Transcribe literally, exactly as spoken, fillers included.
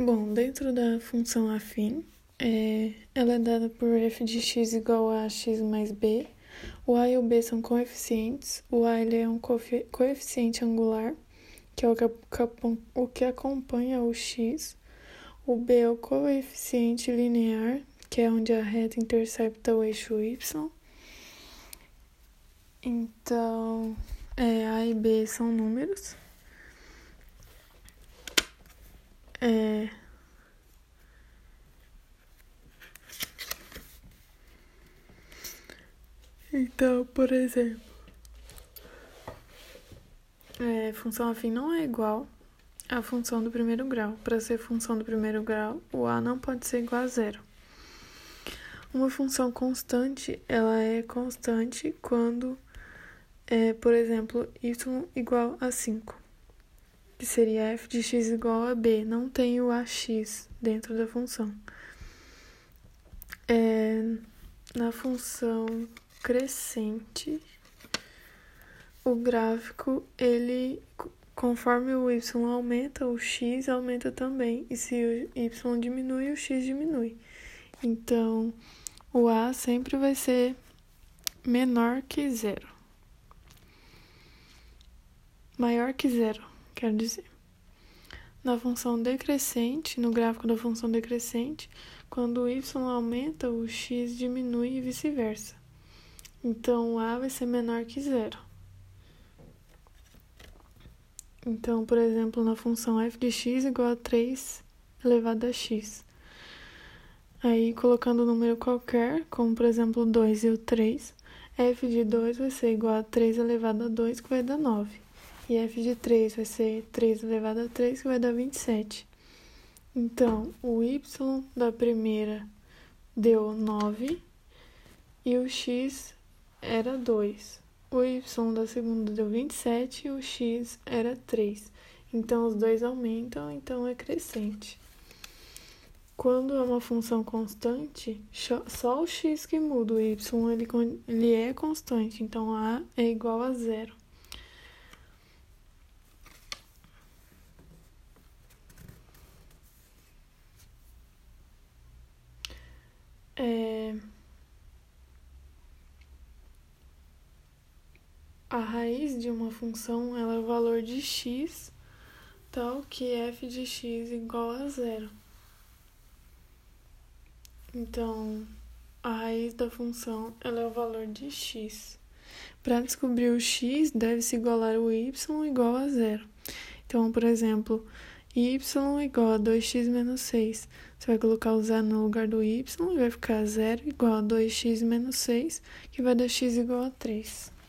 Bom, dentro da função afim, é, ela é dada por f de x igual a x mais b. O a e o b são coeficientes. O a ele é um coeficiente angular, que é o que, o que acompanha o x. O b é o coeficiente linear, que é onde a reta intercepta o eixo y. Então, é, a e b são números. É... Então, por exemplo, é, função afim não é igual à função do primeiro grau. Para ser função do primeiro grau, o a não pode ser igual a zero. Uma função constante, ela é constante quando, é, por exemplo, y igual a cinco, que seria f de x igual a b. Não tem o ax dentro da função. É, na função crescente, o gráfico, ele, conforme o y aumenta, o x aumenta também. E se o y diminui, o x diminui. Então, o a sempre vai ser menor que zero. Maior que zero, quero dizer. Na função decrescente, no gráfico da função decrescente, quando o y aumenta, o x diminui e vice-versa. Então, o a vai ser menor que zero. Então, por exemplo, na função f de x igual a três elevado a x. Aí, colocando um número qualquer, como por exemplo dois e o três, f de dois vai ser igual a três elevado a dois, que vai dar nove. E f de três vai ser três elevado a três, que vai dar vinte e sete. Então, o y da primeira deu nove e o x era dois. O y da segunda deu vinte e sete e o x era três. Então, os dois aumentam, então é crescente. Quando é uma função constante, só o x que muda, o y ele, ele é constante, então a é igual a zero. É... A raiz de uma função ela é o valor de x, tal que f de x igual a zero. Então, a raiz da função ela é o valor de x. Para descobrir o x, deve-se igualar o y igual a zero. Então, por exemplo, y igual a dois x menos seis. Você vai colocar o zero no lugar do y e vai ficar zero igual a dois x menos seis, que vai dar x igual a três.